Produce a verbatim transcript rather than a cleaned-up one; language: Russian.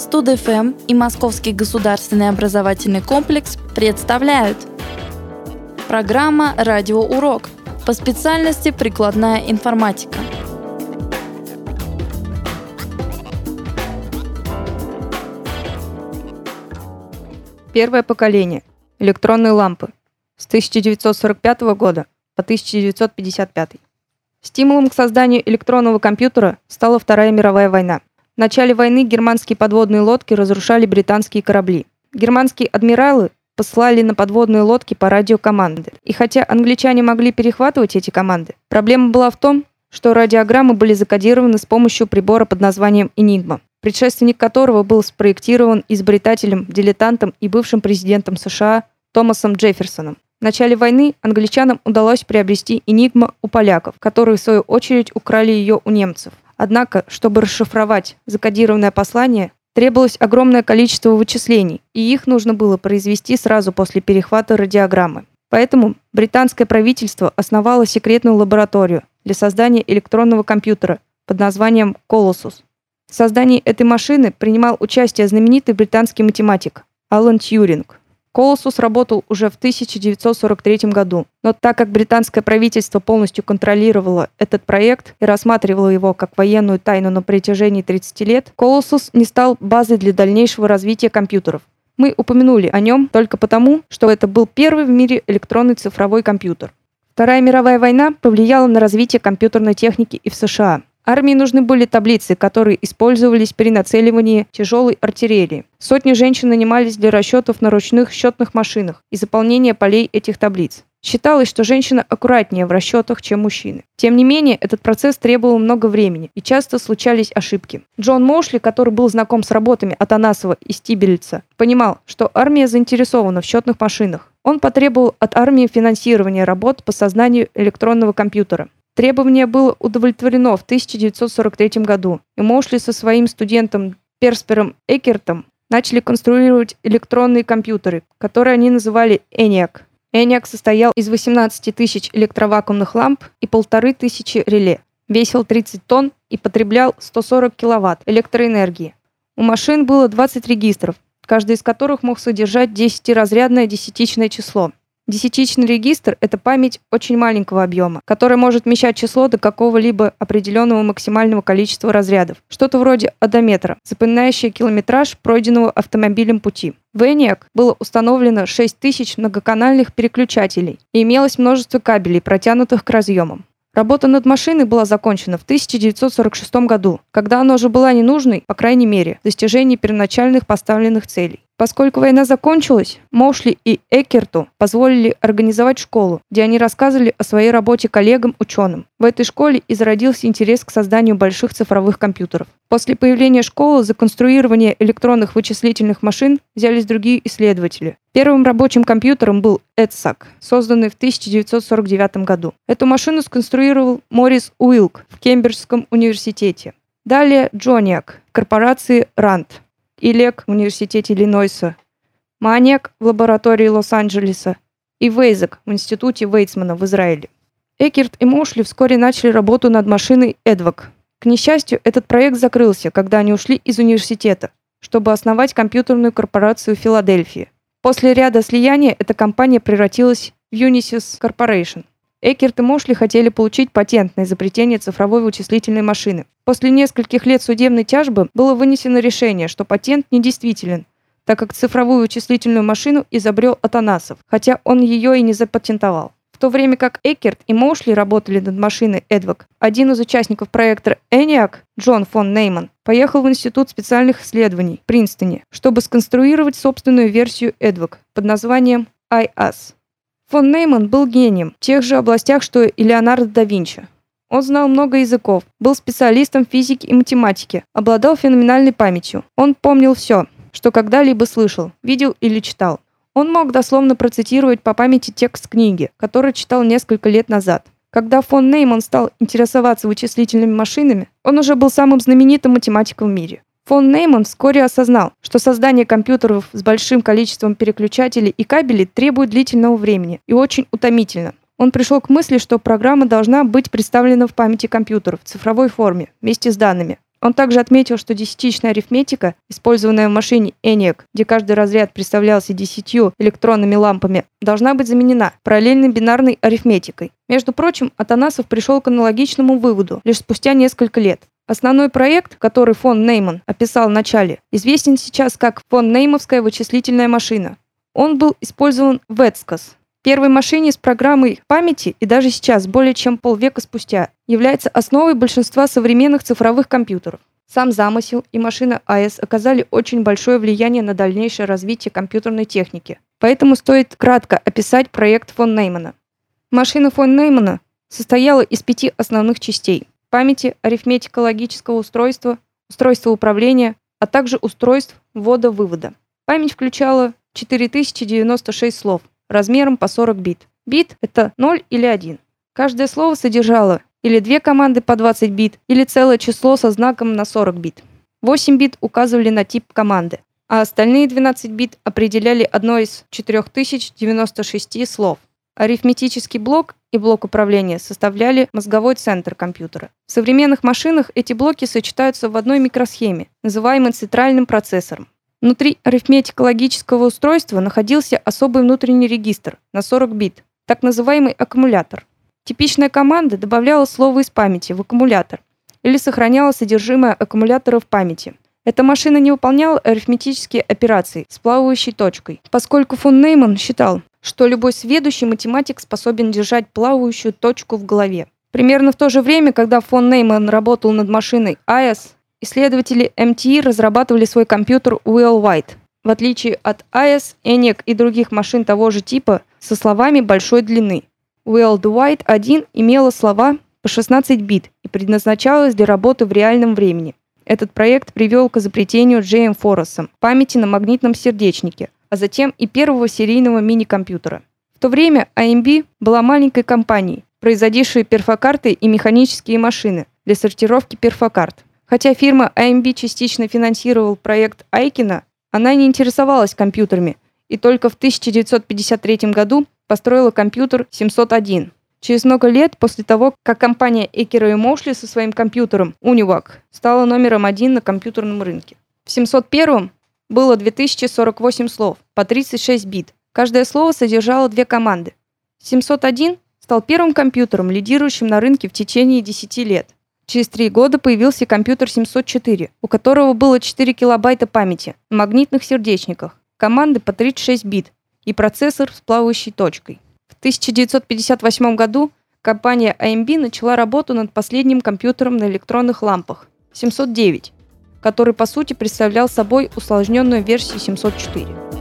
Студ-эф эм и Московский государственный образовательный комплекс представляют программа «Радиоурок» по специальности «Прикладная информатика». Первое поколение. Электронные лампы. С тысяча девятьсот сорок пятого года по тысяча девятьсот пятьдесят пятый. Стимулом к созданию электронного компьютера стала Вторая мировая война. В начале войны германские подводные лодки разрушали британские корабли. Германские адмиралы посылали на подводные лодки по радио команды. И хотя англичане могли перехватывать эти команды, проблема была в том, что радиограммы были закодированы с помощью прибора под названием «Энигма», предшественник которого был спроектирован изобретателем, дилетантом и бывшим президентом США Томасом Джефферсоном. В начале войны англичанам удалось приобрести «Энигма» у поляков, которые в свою очередь украли ее у немцев. Однако, чтобы расшифровать закодированное послание, требовалось огромное количество вычислений, и их нужно было произвести сразу после перехвата радиограммы. Поэтому британское правительство основало секретную лабораторию для создания электронного компьютера под названием Colossus. В создании этой машины принимал участие знаменитый британский математик Алан Тьюринг. Colossus работал уже в тысяча девятьсот сорок третьем году, но так как британское правительство полностью контролировало этот проект и рассматривало его как военную тайну на протяжении тридцати лет, Colossus не стал базой для дальнейшего развития компьютеров. Мы упомянули о нем только потому, что это был первый в мире электронный цифровой компьютер. Вторая мировая война повлияла на развитие компьютерной техники и в США. Армии нужны были таблицы, которые использовались при нацеливании тяжелой артиллерии. Сотни женщин нанимались для расчетов на ручных счетных машинах и заполнения полей этих таблиц. Считалось, что женщина аккуратнее в расчетах, чем мужчины. Тем не менее, этот процесс требовал много времени, и часто случались ошибки. Джон Моушли, который был знаком с работами Атанасова и Стибельца, понимал, что армия заинтересована в счетных машинах. Он потребовал от армии финансирования работ по созданию электронного компьютера. Требование было удовлетворено в тысяча девятьсот сорок третьем году, и Моушли со своим студентом Перспером Эккертом начали конструировать электронные компьютеры, которые они называли ENIAC. ENIAC состоял из восемнадцати тысяч электровакуумных ламп и полторы тысячи реле, весил тридцать тонн и потреблял сто сорок киловатт электроэнергии. У машин было двадцать регистров, каждый из которых мог содержать десятиразрядное десятичное число. Десятичный регистр – это память очень маленького объема, которая может вмещать число до какого-либо определенного максимального количества разрядов. Что-то вроде одометра, запоминающее километраж пройденного автомобилем пути. В ENIAC было установлено шесть тысяч многоканальных переключателей и имелось множество кабелей, протянутых к разъемам. Работа над машиной была закончена в тысяча девятьсот сорок шестом году, когда она уже была ненужной, по крайней мере, в достижении первоначальных поставленных целей. Поскольку война закончилась, Моушли и Эккерту позволили организовать школу, где они рассказывали о своей работе коллегам-ученым. В этой школе и зародился интерес к созданию больших цифровых компьютеров. После появления школы за конструирование электронных вычислительных машин взялись другие исследователи. Первым рабочим компьютером был EDSAC, созданный в тысяча девятьсот сорок девятом году. Эту машину сконструировал Морис Уилк в Кембриджском университете. Далее Джониак в корпорации Ранд, Илек в университете Иллинойса, Маниак в лаборатории Лос-Анджелеса и Вейзек в институте Вейцмана в Израиле. Эккерт и Моушли вскоре начали работу над машиной эдвак. К несчастью, этот проект закрылся, когда они ушли из университета, чтобы основать компьютерную корпорацию в Филадельфии. После ряда слияний эта компания превратилась в Unisys Corporation. Эккерт и Моушли хотели получить патент на изобретение цифровой вычислительной машины. После нескольких лет судебной тяжбы было вынесено решение, что патент недействителен, так как цифровую вычислительную машину изобрел Атанасов, хотя он ее и не запатентовал. В то время как Эккерт и Моушли работали над машиной эдвак, один из участников проекта ENIAC, Джон фон Нейман, поехал в Институт специальных исследований в Принстоне, чтобы сконструировать собственную версию эдвак под названием ай ас. Фон Нейман был гением в тех же областях, что и Леонардо да Винчи. Он знал много языков, был специалистом в физике и математике, обладал феноменальной памятью. Он помнил все, что когда-либо слышал, видел или читал. Он мог дословно процитировать по памяти текст книги, который читал несколько лет назад. Когда фон Нейман стал интересоваться вычислительными машинами, он уже был самым знаменитым математиком в мире. Фон Нейман вскоре осознал, что создание компьютеров с большим количеством переключателей и кабелей требует длительного времени и очень утомительно. Он пришел к мысли, что программа должна быть представлена в памяти компьютера в цифровой форме, вместе с данными. Он также отметил, что десятичная арифметика, использованная в машине ENIAC, где каждый разряд представлялся десятью электронными лампами, должна быть заменена параллельной бинарной арифметикой. Между прочим, Атанасов пришел к аналогичному выводу лишь спустя несколько лет. Основной проект, который фон Нейман описал в начале, известен сейчас как фон Неймовская вычислительная машина. Он был использован в ETSCOS, первой машине с программой памяти, и даже сейчас, более чем полвека спустя, является основой большинства современных цифровых компьютеров. Сам замысел и машина эй и эс оказали очень большое влияние на дальнейшее развитие компьютерной техники. Поэтому стоит кратко описать проект фон Неймана. Машина фон Неймана состояла из пяти основных частей: памяти, арифметика логического устройства, устройства управления, а также устройств ввода-вывода. Память включала четыре тысячи девяносто шесть слов, размером по сорок бит. Бит — это ноль или один. Каждое слово содержало или две команды по двадцать бит, или целое число со знаком на сорок бит. восемь бит указывали на тип команды, а остальные двенадцать бит определяли одно из четыре тысячи девяносто шесть слов. Арифметический блок и блок управления составляли мозговой центр компьютера. В современных машинах эти блоки сочетаются в одной микросхеме, называемой центральным процессором. Внутри арифметико-логического устройства находился особый внутренний регистр на сорок бит, так называемый аккумулятор. Типичная команда добавляла слово из памяти в аккумулятор или сохраняла содержимое аккумулятора в памяти. Эта машина не выполняла арифметические операции с плавающей точкой, поскольку фон Нейман считал, что любой сведущий математик способен держать плавающую точку в голове. Примерно в то же время, когда фон Нейман работал над машиной эй и эс, исследователи эм ти и разрабатывали свой компьютер Уиллвайт. В отличие от эй и эс, ENIAC и других машин того же типа со словами большой длины. Уиллвайт один имела слова по шестнадцать бит и предназначалась для работы в реальном времени. Этот проект привел к изобретению Джеем Форресом памяти на магнитном сердечнике, а затем и первого серийного мини-компьютера. В то время эй эм би была маленькой компанией, производившей перфокарты и механические машины для сортировки перфокарт. Хотя фирма эй эм би частично финансировала проект Айкина, она не интересовалась компьютерами и только в тысяча девятьсот пятьдесят третьем году построила компьютер семьсот один. Через много лет после того, как компания Экера и Моушли со своим компьютером Univac стала номером один на компьютерном рынке. В семьсот первом было две тысячи сорок восемь слов по тридцать шесть бит. Каждое слово содержало две команды. семьсот один стал первым компьютером, лидирующим на рынке в течение десяти лет. Через три года появился компьютер семьсот четыре, у которого было четыре килобайта памяти на магнитных сердечниках, команды по тридцать шесть бит и процессор с плавающей точкой. В тысяча девятьсот пятьдесят восьмом году компания эй эм би начала работу над последним компьютером на электронных лампах семьсот девять, который по сути представлял собой усложненную версию семьсот четыре.